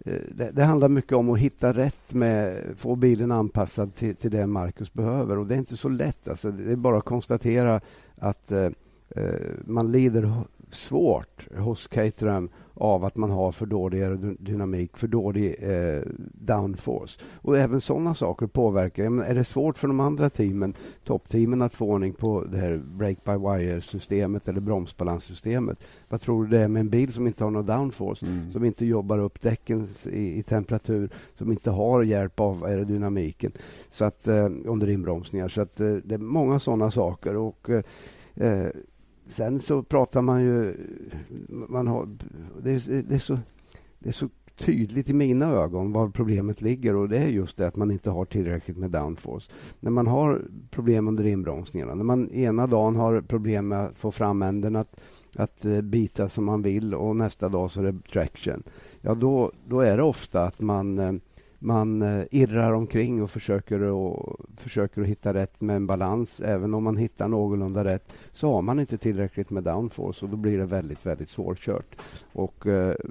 S2: det handlar mycket om att hitta rätt med, få bilen anpassad till det Marcus behöver, och det är inte så lätt. Alltså, det är bara att konstatera att man lider svårt hos Caterham av att man har för dålig aerodynamik, för dålig downforce. Och även sådana saker påverkar. Men är det svårt för de andra teamen, toppteamen, att få ordning på det här brake-by-wire-systemet eller bromsbalanssystemet? Vad tror du det är med en bil som inte har någon downforce, som inte jobbar upp däcken i temperatur, som inte har hjälp av aerodynamiken så att, under inbromsningar? Så att, det är många sådana saker. Och sen så pratar man ju, det är så tydligt i mina ögon var problemet ligger, och det är just det att man inte har tillräckligt med downforce. När man har problem under inbromsningarna, när man ena dagen har problem med att få fram änden att bita som man vill, och nästa dag så är det traction. Ja, då är det ofta att man irrar omkring och försöker att hitta rätt med en balans. Även om man hittar någorlunda rätt så har man inte tillräckligt med downforce, och då blir det väldigt, väldigt svårkört. Och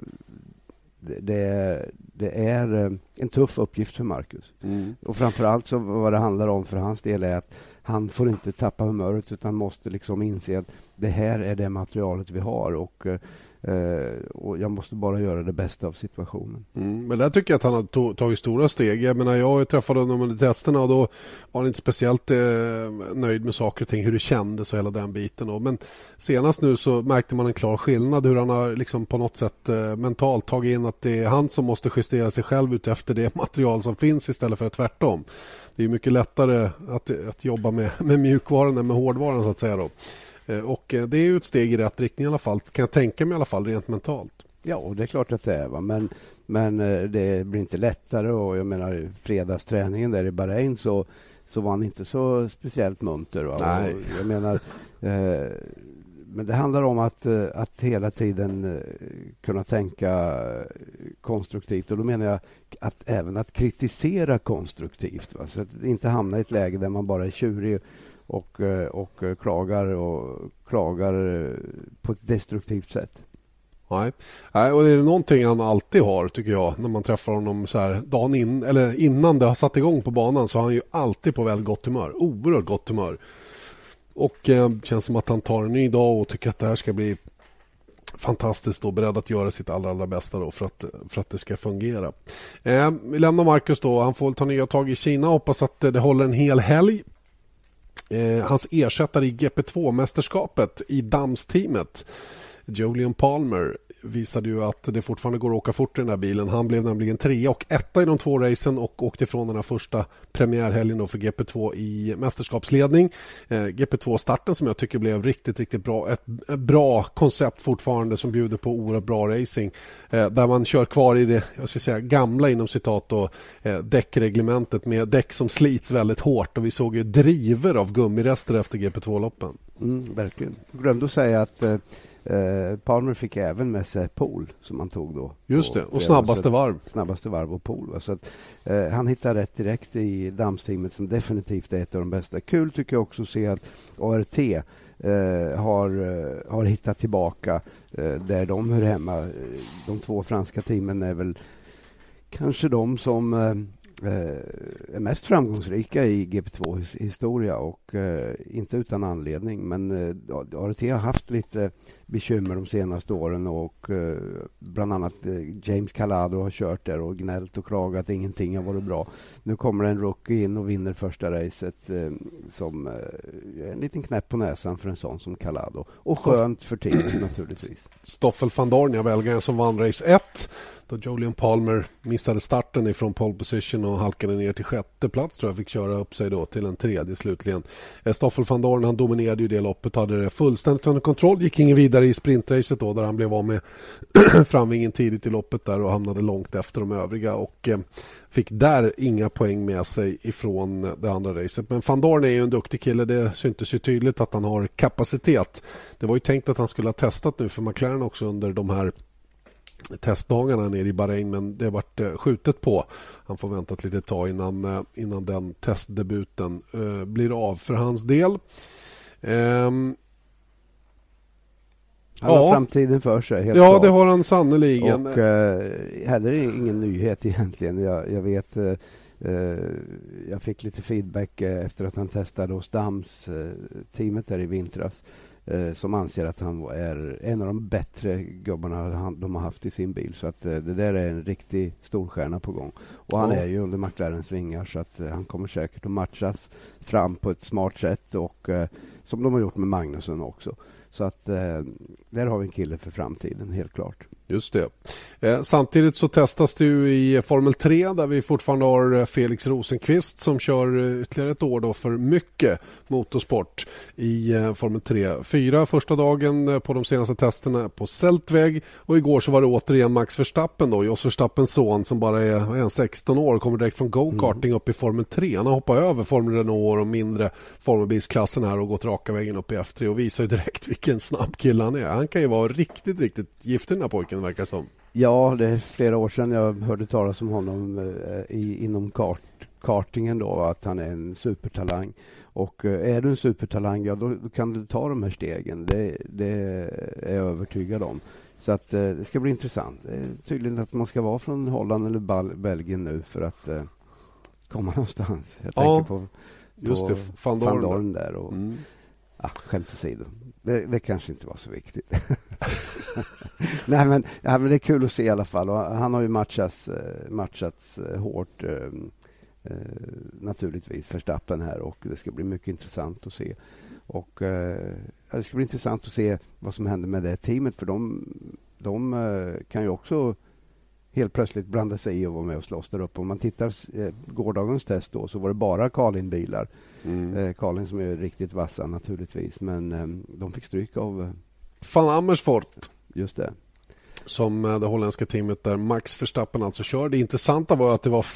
S2: det är en tuff uppgift för Marcus. Och framförallt så vad det handlar om för hans del är att han får inte tappa humöret, utan måste liksom inse att det här är det materialet vi har, och jag måste bara göra det bästa av situationen.
S1: Men där tycker jag att han har tagit stora steg. Jag menar, jag träffade honom under testerna och då var han inte speciellt nöjd med saker och ting, hur det kändes och hela den biten. Men senast nu så märkte man en klar skillnad, hur han har liksom på något sätt mentalt tagit in att det är han som måste justera sig själv ut efter det material som finns istället för tvärtom. Det är mycket lättare att jobba med mjukvaran än med hårdvaran, så att säga då. Och det är ju ett steg i rätt riktning i alla fall, kan jag tänka mig i alla fall, rent mentalt.
S2: Ja, och det är klart att det är, va? Men det blir inte lättare, och jag menar fredagsträningen där i Bahrain så var han inte så speciellt munter, va?
S1: Nej.
S2: Och jag menar men det handlar om att hela tiden kunna tänka konstruktivt, och då menar jag att kritisera konstruktivt, va? Så att inte hamna i ett läge där man bara är tjurig och klagar på ett destruktivt sätt.
S1: Nej, och det är någonting han alltid har, tycker jag, när man träffar honom så här dagen innan det har satt igång på banan, så har han ju alltid på väldigt gott humör, oerhört gott humör. Och känns som att han tar en ny dag och tycker att det här ska bli fantastiskt och beredd att göra sitt allra bästa då för att det ska fungera. Vi lämnar Marcus då, han får ta nya tag i Kina, hoppas att det håller en hel helg. Hans ersättare i GP2-mästerskapet i damsteamet, Jolyon Palmer, visade ju att det fortfarande går att åka fort i den här bilen. Han blev nämligen 3 och 1 i de 2 racen och åkte ifrån den här första premiärhelgen då för GP2 i mästerskapsledning. GP2-starten som jag tycker blev riktigt, riktigt bra. Ett bra koncept fortfarande som bjuder på oerhört bra racing. Där man kör kvar i det, jag ska säga, gamla inom citat och däckreglementet med däck som slits väldigt hårt, och vi såg ju driver av gummirester efter GP2-loppen.
S2: Verkligen. Jag glömde att säga att Palmer fick även med sig pol som han tog då.
S1: Just det, och snabbaste varv
S2: och pol. Så att, han hittar rätt direkt i damsteamet som definitivt är ett av de bästa. Kul tycker jag också att se att ART har hittat tillbaka där de hör hemma. De 2 franska teamen är väl kanske de som är mest framgångsrika i GP2-historia, och inte utan anledning. Men ART har haft lite bekymmer de senaste åren, och bland annat James Calado har kört där och gnällt och klagat, ingenting har varit bra. Nu kommer en rookie in och vinner första racet som en liten knäpp på näsan för en sån som Calado, och skönt för teamet naturligtvis.
S1: Stoffel van Dorn, belgaren som vann race 1 då Jolyon Palmer missade starten ifrån pole position och halkade ner till 6:e plats, tror jag, fick köra upp sig då till en 3:e slutligen. Stoffel van Dorn, han dominerade ju det loppet, hade det fullständigt under kontroll, gick ingen vidare i sprintracet då, där han blev av med framvingen tidigt i loppet där och hamnade långt efter de övriga, och fick där inga poäng med sig ifrån det andra racet. Men van Dorn är ju en duktig kille, det syntes ju tydligt att han har kapacitet. Det var ju tänkt att han skulle ha testat nu för McLaren också under de här testdagarna nere i Bahrain, men det har varit skjutet på. Han får vänta ett litet tag innan den testdebuten blir av för hans del.
S2: Han har framtiden för sig. Helt
S1: ja,
S2: klart.
S1: det har han sannoliken.
S2: Och heller ingen nyhet egentligen. Jag vet, jag fick lite feedback efter att han testade hos Dams teamet där i vintras. Som anser att han är en av de bättre gubbarna de har haft i sin bil. Så att det där är en riktig storstjärna på gång. Och han är ju under McLarens vingar, så att han kommer säkert att matchas fram på ett smart sätt. Och som de har gjort med Magnusson också. Så att där har vi en kille för framtiden, helt klart.
S1: Just det. Samtidigt så testas det ju i Formel 3 där vi fortfarande har Felix Rosenqvist som kör ytterligare ett år då för mycket motorsport i Formel 3. 4 första dagen på de senaste testerna på Zeltweg, och igår så var det återigen Max Verstappen då, Jos Verstappens son som bara är 16 år, kommer direkt från go-karting upp i Formel 3. Han har hoppat över Formel Renault och mindre formelbilsklassen här och gått raka vägen upp i F3 och visar ju direkt vilken snabb kille han är. Han kan ju vara riktigt giftig den här pojken, verkar som.
S2: Ja, det är flera år sedan jag hörde talas om honom inom kartingen då, att han är en supertalang. Och är du en supertalang, ja då kan du ta de här stegen. Det är jag övertygad om. Så att det ska bli intressant. Det är tydligen att man ska vara från Holland eller Belgien nu för att komma någonstans. Jag tänker på
S1: just det, Van
S2: Dorn där. Och, skämt åsido. Det kanske inte var så viktigt. Nej, men det är kul att se i alla fall. Och han har ju matchats hårt naturligtvis Verstappen här, och det ska bli mycket intressant att se. Och det ska bli intressant att se vad som händer med det teamet, för de kan ju också helt plötsligt blanda sig i och vara med och slåss där uppe. Om man tittar gårdagens test då, så var det bara Carlin-bilar. Carlin som är riktigt vassa naturligtvis, men de fick stryk av
S1: Van Amersfoort.
S2: Just det.
S1: Som det holländska teamet där Max Verstappen alltså kör. Det intressanta var att det var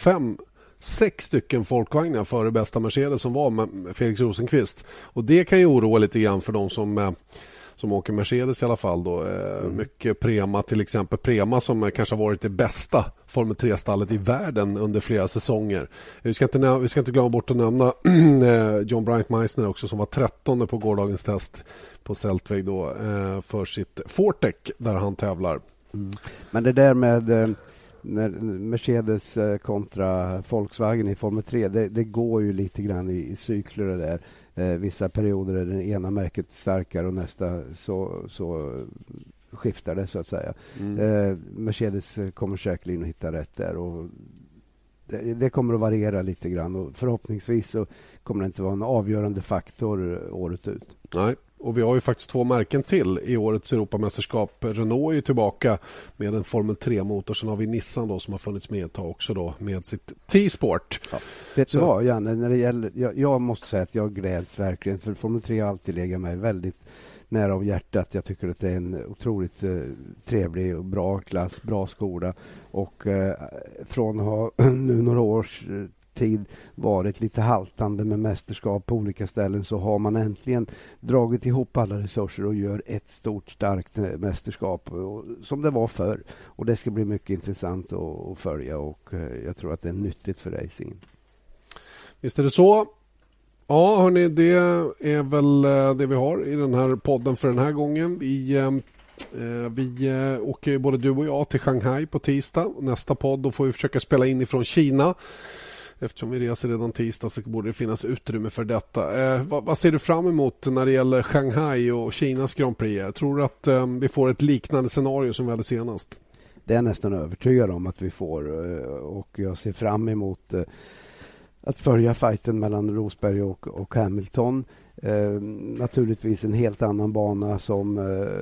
S1: 6 stycken folkvagnar före bästa Mercedes som var med Felix Rosenqvist. Och det kan ju oroa lite grann för de som åker Mercedes i alla fall då. Mycket Prema till exempel. Prema som kanske har varit det bästa Formel 3-stallet i världen under flera säsonger. Vi ska inte glömma bort att nämna John Bryant Meissner också, som var 13 på gårdagens test på Zeltweg då, för sitt Fortec där han tävlar.
S2: Men det där med Mercedes kontra Volkswagen i Formel 3, det går ju lite grann i cykler det där. Vissa perioder är det ena märket starkare och nästa så skiftar det så att säga. Mercedes kommer säkerligen att hitta rätt där, och det kommer att variera lite grann, och förhoppningsvis så kommer det inte vara en avgörande faktor året ut. Nej.
S1: Och vi har ju faktiskt 2 märken till i årets Europamästerskap. Renault är ju tillbaka med en Formel 3-motor. Sen har vi Nissan då som har funnits med ett tag också då med sitt T-Sport.
S2: Ja. Vet du vad, Janne, när det gäller, jag måste säga att jag gläds verkligen, för Formel 3 har alltid legat mig väldigt nära av hjärtat. Jag tycker att det är en otroligt trevlig och bra klass, bra skola, och från att ha nu några års tid varit lite haltande med mästerskap på olika ställen, så har man äntligen dragit ihop alla resurser och gör ett stort starkt mästerskap som det var förr, och det ska bli mycket intressant att följa, och jag tror att det är nyttigt för racing.
S1: Visst är det så. Ja hörni, det är väl det vi har i den här podden för den här gången. Vi åker både du och jag till Shanghai på tisdag. Nästa podd då får vi försöka spela in ifrån Kina. Eftersom vi reser redan tisdag så borde det finnas utrymme för detta. Vad ser du fram emot när det gäller Shanghai och Kinas Grand Prix? Jag tror att vi får ett liknande scenario som vi hade senast.
S2: Det är jag nästan övertygad om att vi får, och jag ser fram emot att följa fighten mellan Rosberg och Hamilton. Naturligtvis en helt annan bana som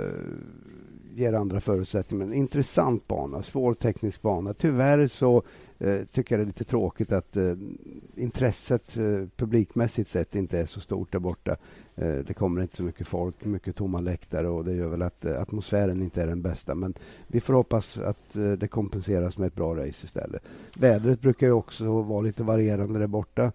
S2: ger andra förutsättningar. Men intressant bana, svår teknisk bana. Tyvärr så tycker jag det är lite tråkigt att intresset publikmässigt sett inte är så stort där borta. Det kommer inte så mycket folk, mycket tomma läktare, och det gör väl att atmosfären inte är den bästa. Men vi får hoppas att det kompenseras med ett bra race istället. Vädret brukar ju också vara lite varierande där borta.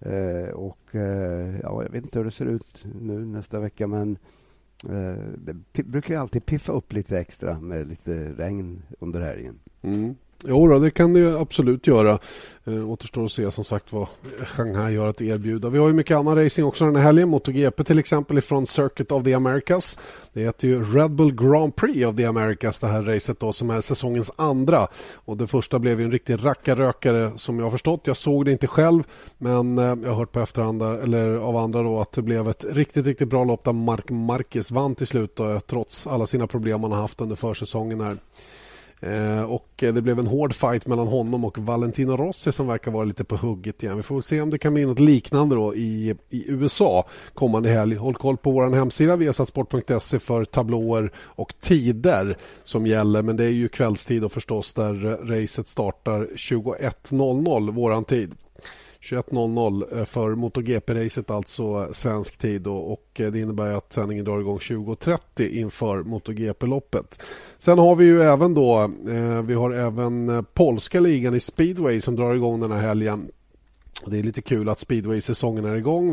S2: Jag vet inte hur det ser ut nu nästa vecka, men det brukar ju alltid piffa upp lite extra med lite regn under helgen.
S1: Jo då, det kan det absolut göra. Återstår att se som sagt vad Shanghai gör att erbjuda. Vi har ju mycket annan racing också den här helgen. MotoGP till exempel ifrån Circuit of the Americas. Det heter ju Red Bull Grand Prix of the Americas, det här racet då, som är säsongens andra. Och det första blev ju en riktig rackarrökare som jag har förstått. Jag såg det inte själv, men jag har hört på efterhand eller av andra då att det blev ett riktigt bra lopp där Marc Marquez vann till slut då, trots alla sina problem man har haft under försäsongen här. Och det blev en hård fight mellan honom och Valentino Rossi som verkar vara lite på hugget igen. Vi får se om det kan bli något liknande då i USA kommande helg. Håll koll på vår hemsida viasatsport.se för tablåer och tider som gäller. Men det är ju kvällstid då förstås, där racet startar 21.00 våran tid. 21.00 för MotoGP-racet, alltså svensk tid och det innebär att sändningen drar igång 20.30 inför MotoGP-loppet. Sen har vi ju även då vi har även polska ligan i speedway som drar igång den här helgen. Det är lite kul att speedway-säsongen är igång.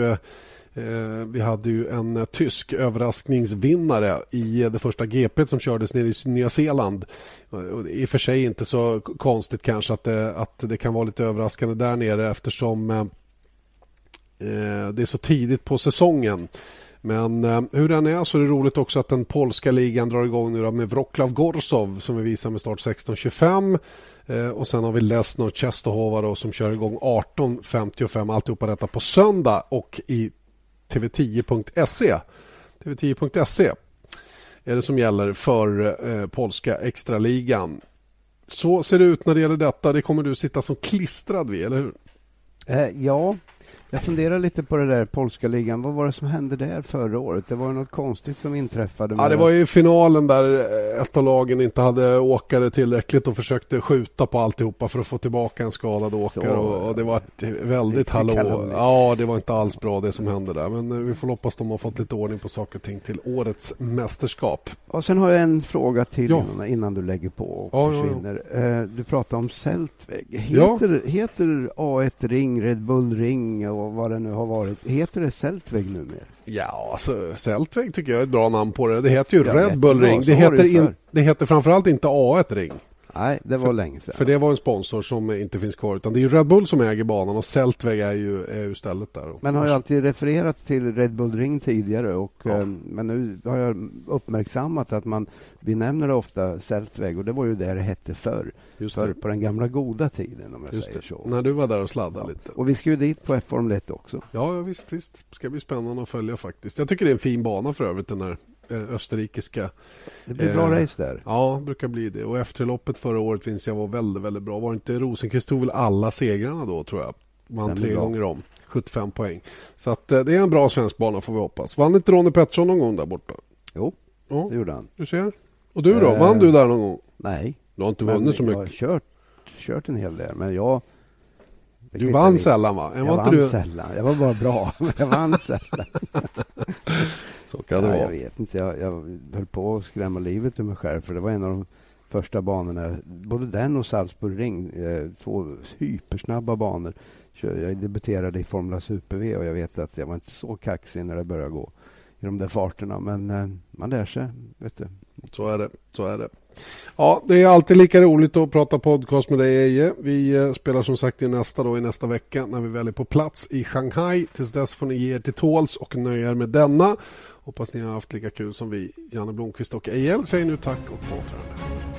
S1: Vi hade ju en tysk överraskningsvinnare i det första GP som kördes nere i Nya Zeeland. I och för sig inte så konstigt kanske att det kan vara lite överraskande där nere eftersom det är så tidigt på säsongen. Men hur den är så är det roligt också att den polska ligan drar igång nu med Wroclaw Gorsov som vi visar med start 16.25. Och sen har vi Lesno Czestochowa då, som kör igång 18.55. Alltihopa detta på söndag och i TV10.se. TV10.se är det som gäller för polska extraligan. Så ser det ut när det gäller detta. Det kommer du sitta som klistrad vid, eller hur?
S2: Ja, jag funderar lite på det där polska ligan. Vad var det som hände där förra året? Det var något konstigt som inträffade.
S1: Ja, det var ju finalen där ett av lagen inte hade åkare tillräckligt och försökte skjuta på alltihopa för att få tillbaka en skadad åkare. Och det var ett väldigt hallå. Ja, det var inte alls bra det som hände där. Men vi får hoppas de har fått lite ordning på saker och ting till årets mästerskap.
S2: Och sen har jag en fråga till innan du lägger på och försvinner. Ja. Du pratar om Seltweg. Heter A1 Ring, Red Bull Ring och vad det nu har varit. Heter det Seltweg numera?
S1: Ja, alltså Seltweg tycker jag är ett bra namn på det. Det heter ju Red Bull Ring. Det heter framförallt inte A1 Ring.
S2: Nej, det var länge sedan.
S1: För det var en sponsor som inte finns kvar, utan det är ju Red Bull som äger banan och Seltweg är ju stället där.
S2: Men har ju alltid refererat till Red Bull Ring tidigare men nu har jag uppmärksammat att vi nämner ofta Seltweg och det var ju det hette förr. På den gamla goda tiden om jag säger så.
S1: När du var där och sladdade lite.
S2: Och vi ska ju dit på Formel 1 också.
S1: Ja, visst. Det ska bli spännande att följa faktiskt. Jag tycker det är en fin bana för övrigt, den här österrikiska.
S2: Det blir bra race där.
S1: Ja, det brukar bli det. Och efterloppet förra året finns jag var väldigt, väldigt bra. Var inte Rosenqvist tog väl alla segrarna då, tror jag. Vann 3 gånger om. 75 poäng. Så att det är en bra svensk bana får vi hoppas. Vann inte Ronny Pettersson någon gång där borta?
S2: Jo, det gjorde han.
S1: Du ser. Och du då? Vann du där någon gång?
S2: Nej.
S1: Du har inte vunnit så mycket.
S2: Jag har kört en hel del, men
S1: du vann sällan, va?
S2: Jag vann sällan. Jag var bara bra. Jag vann sällan.
S1: Så kan det vara.
S2: Jag vet inte. Jag höll på att skrämma livet ur mig själv. För det var en av de första banorna. Både den och Salzburg Ring. 2 hypersnabba banor. Jag debuterade i Formula Super V. Och jag vet att jag var inte så kaxig när det började gå i de där farterna. Men man lär sig, vet du.
S1: Så är det. Ja, det är alltid lika roligt att prata podcast med dig, Eje. Vi spelar som sagt i nästa vecka när vi väl är på plats i Shanghai. Tills dess får ni ge er till tåls och nöja er med denna. Hoppas ni har haft lika kul som vi. Janne Blomqvist och Ejel säger nu tack och på återhörande.